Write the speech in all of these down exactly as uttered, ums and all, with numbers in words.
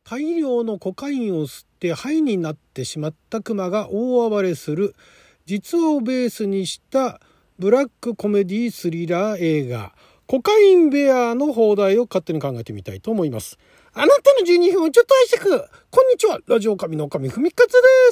大量のコカインを吸ってハイになってしまったクマが大暴れする実話をベースにしたブラックコメディスリラー映画コカインベアの放題を勝手に考えてみたいと思います。あなたのじゅうにふんをちょっと愛してく。こんにちは、ラジオ神の神ふみかつです。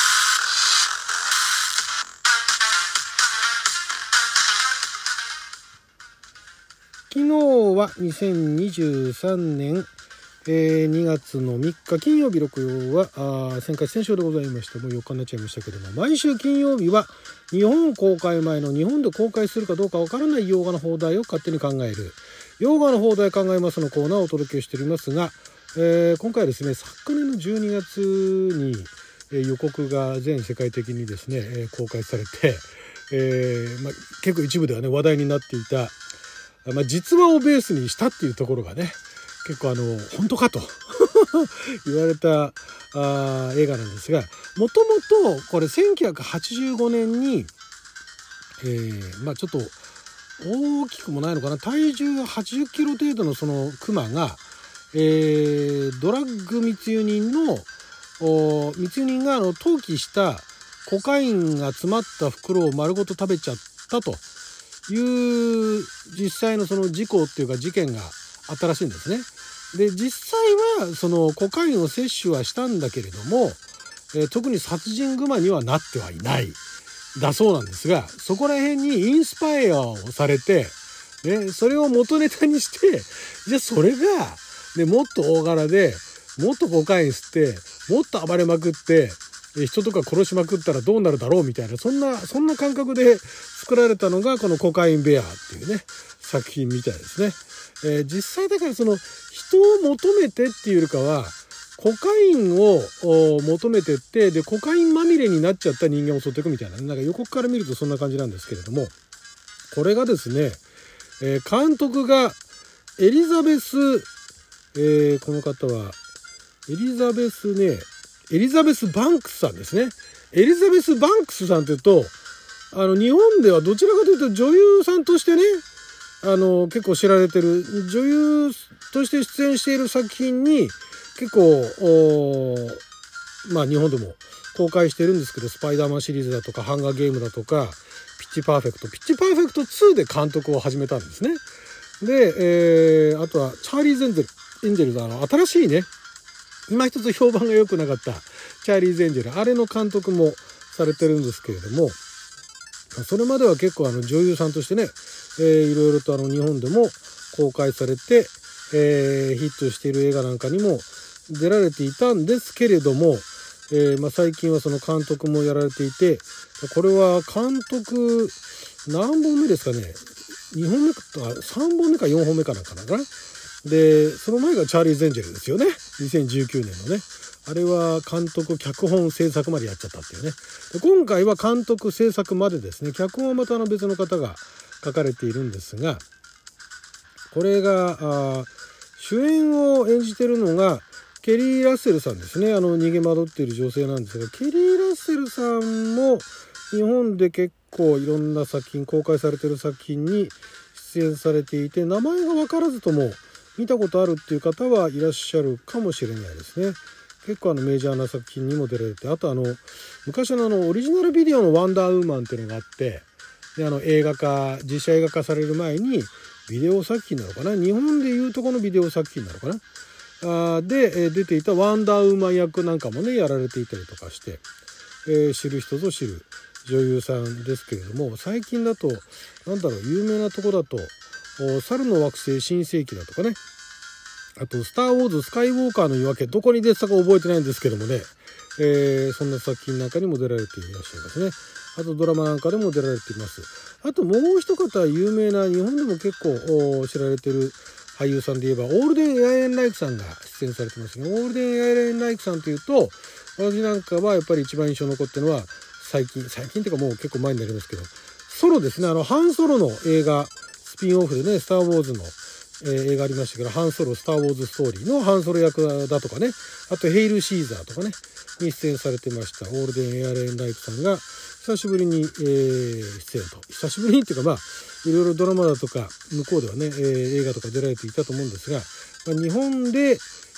昨日はにせんにじゅうさんねん、えー、にがつのみっか金曜日、録曜はあ先回先週でございまして、もうよっかになっちゃいましたけども、毎週金曜日は日本公開前の日本で公開するかどうかわからない洋画の放題を勝手に考える洋画の放題考えますのコーナーをお届けしておりますが、えー、今回はですね、昨年のじゅうにがつに、えー、予告が全世界的にですね、えー、公開されて、えーまあ、結構一部ではね話題になっていた、まあ、実話をベースにしたっていうところがね、結構あの本当かと言われたあ映画なんですが、もともとこれせんきゅうひゃくはちじゅうごねんに、えー、まあちょっと大きくもないのかな、体重はちじゅっキロ程度のそのクマが、えー、ドラッグ密輸人の密輸人があの投棄したコカインが詰まった袋を丸ごと食べちゃったという実際のその事故っていうか事件があったらしいんですね。で、実際はそのコカインを摂取はしたんだけれども、えー、特に殺人熊にはなってはいないだそうなんですが、そこら辺にインスパイアをされて、ね、それを元ネタにして、じゃあそれが、ね、もっと大柄でもっとコカイン吸ってもっと暴れまくって人とか殺しまくったらどうなるだろうみたいな、そんなそんな感覚で作られたのがこのコカインベアっていうね作品みたいですね。えー、実際だからその人を求めてっていうよりかはコカインを求めてって、でコカインまみれになっちゃった人間を襲っていくみたいな、なんか予告から見るとそんな感じなんですけれども、これがですね、えー、監督がエリザベス、えー、この方はエリザベスねエリザベス・バンクスさんですね。エリザベス・バンクスさんというと、あの日本ではどちらかというと女優さんとしてね、あの結構知られてる女優として出演している作品に結構まあ日本でも公開してるんですけど、スパイダーマンシリーズだとかハンガーゲームだとかピッチパーフェクトピッチパーフェクトツーで監督を始めたんですね。で、えー、あとはチャーリーズ・エンジェルエンジェルズ、あの新しいね今一つ評判が良くなかったチャーリーズ・エンジェル、あれの監督もされてるんですけれども、それまでは結構あの女優さんとしてね、えー、いろいろとあの日本でも公開されて、えー、ヒットしている映画なんかにも出られていたんですけれども、えーまあ、最近はその監督もやられていて、これは監督何本目ですかね、にほんめかさんぼんめかよんほんめかなんかなかな。でその前がチャーリーズ・エンジェルですよね、にせんじゅうきゅうねんのね。あれは監督脚本制作までやっちゃったっていうね。で今回は監督制作までですね、脚本はまたあの別の方が書かれているんですが、これがあ主演を演じてるのがケリー・ラッセルさんですね。あの逃げ惑っている女性なんですが、ケリー・ラッセルさんも日本で結構いろんな作品公開されている作品に出演されていて、名前が分からずとも見たことあるっていう方はいらっしゃるかもしれないですね。結構あのメジャーな作品にも出られて、あとあの昔のあのオリジナルビデオのワンダーウーマンっていうのがあって、であの映画化実写映画化される前にビデオ作品なのかな、日本でいうとこのビデオ作品なのかな、あで、えー、出ていたワンダーウーマン役なんかもねやられていたりとかして、えー、知る人ぞ知る女優さんですけれども、最近だとなんだろう、有名なとこだと猿の惑星新世紀だとかね、あとスターウォーズスカイウォーカーの夜明け、どこに出てたか覚えてないんですけどもね、えー、そんな作品なんかにも出られていらっしゃいますね。あとドラマなんかでも出られています。あともう一方有名な日本でも結構知られている俳優さんで言えばオールデン・エアレン・ライクさんが出演されてますね。オールデン・エアレン・ライクさんというと、私なんかはやっぱり一番印象に残ってるのは最近最近っていうかもう結構前になりますけど、ソロですね。あのハンソロの映画スピンオフでね、スター・ウォーズの、えー、映画ありましたけど、ハンソロスター・ウォーズストーリーのハンソロ役だとかね、あとヘイル・シーザーとかねに出演されてましたオールデン・エアレン・ライクさんが久しぶりに、えー、出演と、久しぶりにっていうか、まあいろいろドラマだとか向こうではね、えー、映画とか出られていたと思うんですが、まあ、日本で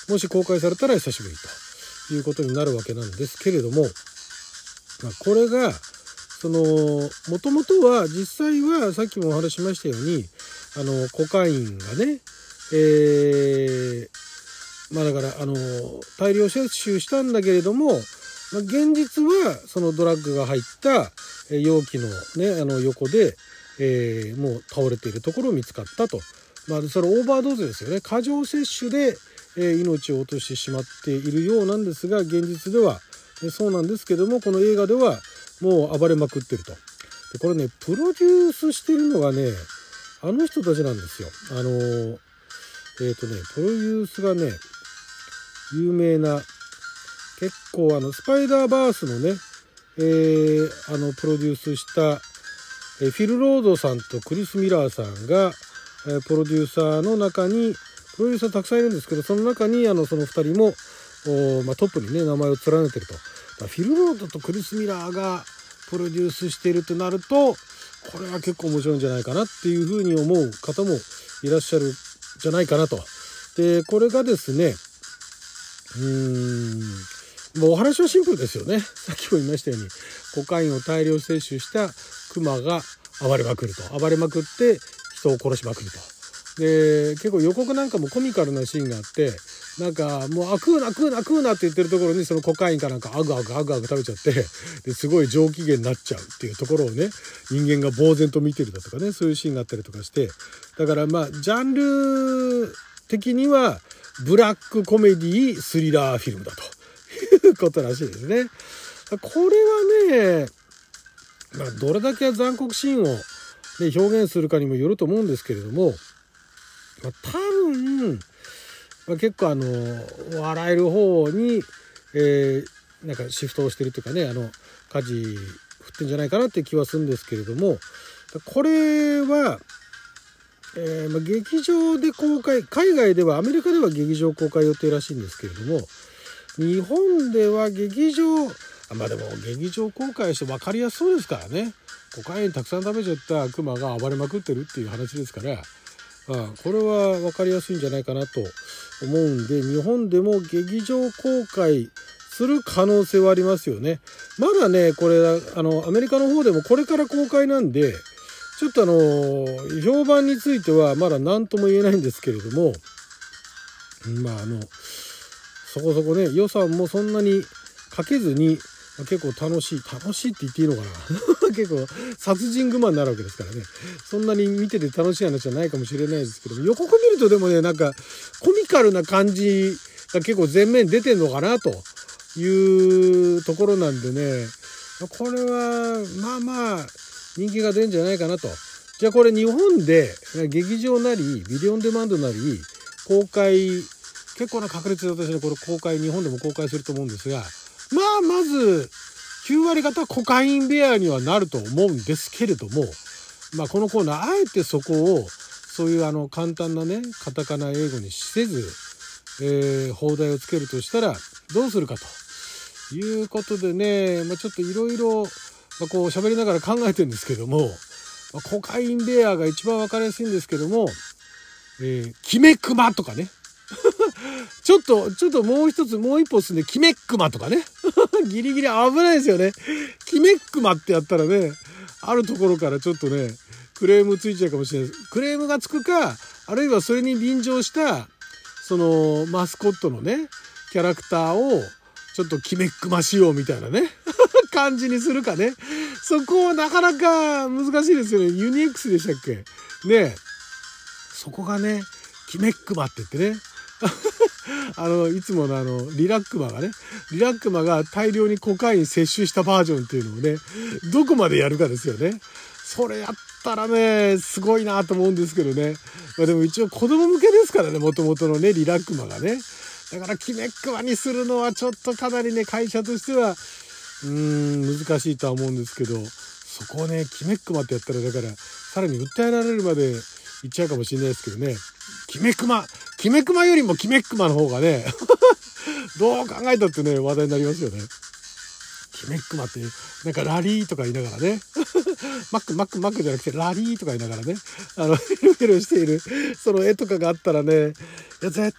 もし公開されたら久しぶりということになるわけなんですけれども、まあ、これがそのもともとは実際はさっきもお話ししましたようにあのコカインがね、えー、まあだからあの大量摂取したんだけれども、まあ、現実はそのドラッグが入った容器のねあの横で、えー、もう倒れているところを見つかったと。まあそれオーバードーズですよね。過剰摂取で、えー、命を落としてしまっているようなんですが、現実では、ね、そうなんですけども、この映画ではもう暴れまくってると。でこれねプロデュースしてるのがねあの人たちなんですよ。あのー、えっとねプロデュースがね有名な結構あのスパイダーバースのね、えー、あのプロデュースした、えー、フィル・ロードさんとクリス・ミラーさんが、えー、プロデューサーの中にプロデューサーたくさんいるんですけど、その中にあのそのふたりも、まあ、トップにね名前を連ねてると。フィル・ロードとクリス・ミラーがプロデュースしているとなると、これは結構面白いんじゃないかなっていうふうに思う方もいらっしゃるんじゃないかなと。でこれがですねうーんもうお話はシンプルですよね。さっきも言いましたようにコカインを大量摂取したクマが暴れまくると。暴れまくって人を殺しまくると。で結構予告なんかもコミカルなシーンがあって、なんかもうあ食うな食うな食うなって言ってるところにそのコカインかなんかアグアグアグアグ食べちゃってですごい上機嫌になっちゃうっていうところをね人間が呆然と見てるだとかね、そういうシーンがあったりとかして、だからまあジャンル的にはブラックコメディスリラーフィルムだということらしいですね。これはね、まあ、どれだけ残酷シーンを、ね、表現するかにもよると思うんですけれども、まあ、多分、まあ、結構あの笑える方に、えー、なんかシフトをしてるというかね、あの舵振ってんじゃないかなっていう気はするんですけれども、これは、えーまあ、劇場で公開、海外ではアメリカでは劇場公開予定らしいんですけれども、日本では劇場あまあでも劇場公開して分かりやすそうですからね。コカインたくさん食べちゃったクマが暴れまくってるっていう話ですから、ああこれは分かりやすいんじゃないかなと思うんで、日本でも劇場公開する可能性はありますよね。まだねこれあのアメリカの方でもこれから公開なんで、ちょっとあの評判についてはまだ何とも言えないんですけれども、まああのそこそこね予算もそんなにかけずに結構楽しい楽しいって言っていいのかな結構殺人熊になるわけですからね、そんなに見てて楽しい話じゃないかもしれないですけども、予告見るとでもねなんかコミカルな感じが結構前面に出てんのかなというところなんでね、これはまあまあ人気が出るんじゃないかなと。じゃあこれ日本で劇場なりビデオオンデマンドなり公開、結構な確率で私はこれ公開日本でも公開すると思うんですが、まあまずきゅう割方コカインベアにはなると思うんですけれども、まあこのコーナーあえてそこをそういうあの簡単なねカタカナ英語にせず、えー、放題をつけるとしたらどうするかということでね、まあ、ちょっといろいろこう喋りながら考えてるんですけども、まあ、コカインベアが一番わかりやすいんですけども、えー、キメクマとかねちょっと、ちょっともう一つ、もう一歩進んで、キメックマとかね。ギリギリ危ないですよね。キメックマってやったらね、あるところからちょっとね、クレームついちゃうかもしれない。クレームがつくか、あるいはそれに便乗した、その、マスコットのね、キャラクターを、ちょっとキメックマ仕様みたいなね、感じにするかね。そこなかなか難しいですよね。ユニ X でしたっけね。そこがね、キメックマって言ってね。あのいつものあのリラックマがねリラックマが大量にコカイン摂取したバージョンっていうのをねどこまでやるかですよね。それやったらねすごいなと思うんですけどね、まあ、でも一応子供向けですからね、もともとのねリラックマがね。だからキメックマにするのはちょっとかなりね会社としてはうーん難しいとは思うんですけど、そこをねキメックマってやったらだからさらに訴えられるまでいっちゃうかもしれないですけどね。キメクマキメクマよりもキメックマの方がねどう考えたってね話題になりますよね。キメックマってなんかラリーとか言いながらねマックマックマックじゃなくてラリーとか言いながらねあのヘルヘルしているその絵とかがあったらね、いや絶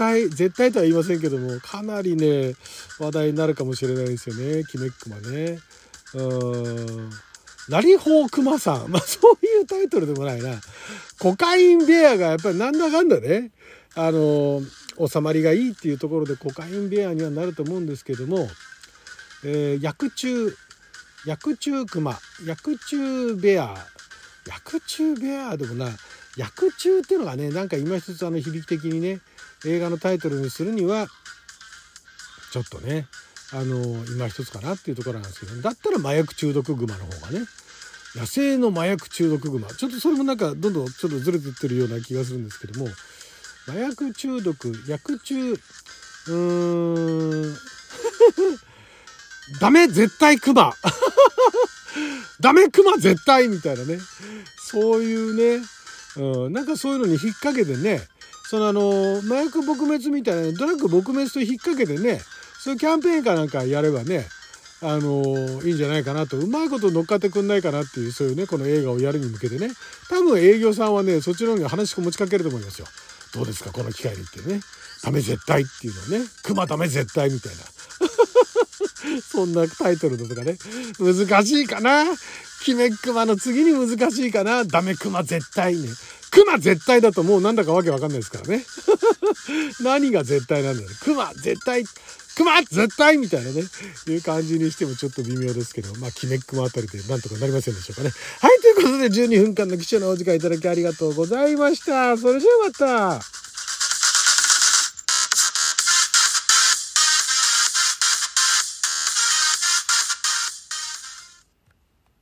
対絶対とは言いませんけども、かなりね話題になるかもしれないですよね、キメックマね。うーん、ラリホークマさん、まあそういうタイトルでもないな。コカインベアがやっぱりなんだかんだね、あの収まりがいいっていうところでコカインベアにはなると思うんですけども、えー、薬中薬中クマ、薬中ベア、薬中ベアでもな、薬中っていうのがね、なんか今一つあの響き的にね、映画のタイトルにするにはちょっとね、あの今一つかなっていうところなんですけど、だったら麻薬中毒グマの方がね、野生の麻薬中毒グマ、ちょっとそれもなんかどんどんちょっとずれていってるような気がするんですけども、麻薬中毒、薬中、うーんダメ絶対クマダメクマ絶対みたいなね、そういうね、うん、なんかそういうのに引っ掛けてね、そのあの麻薬撲滅みたいなドラッグ撲滅と引っ掛けてね、そういうキャンペーンかなんかやればね、あのいいんじゃないかなと、うまいこと乗っかってくんないかなっていう、そういうね、この映画をやるに向けてね、多分営業さんはねそっちの方に話持ちかけると思いますよ。どうですかこの機会にってね、ダメ絶対っていうのね、クマダメ絶対みたいなそんなタイトルだとかね、難しいかな、キメクマの次に難しいかな、ダメクマ絶対ね、クマ絶対だともうなんだかわけわかんないですからね何が絶対なんだよね、クマ絶対クマ絶対みたいなね、いう感じにしてもちょっと微妙ですけど、まあキメクマあたりでなんとかなりませんでしょうかね。はい、ということでじゅうにふんかんの貴重なお時間いただきありがとうございました。それじゃあまた。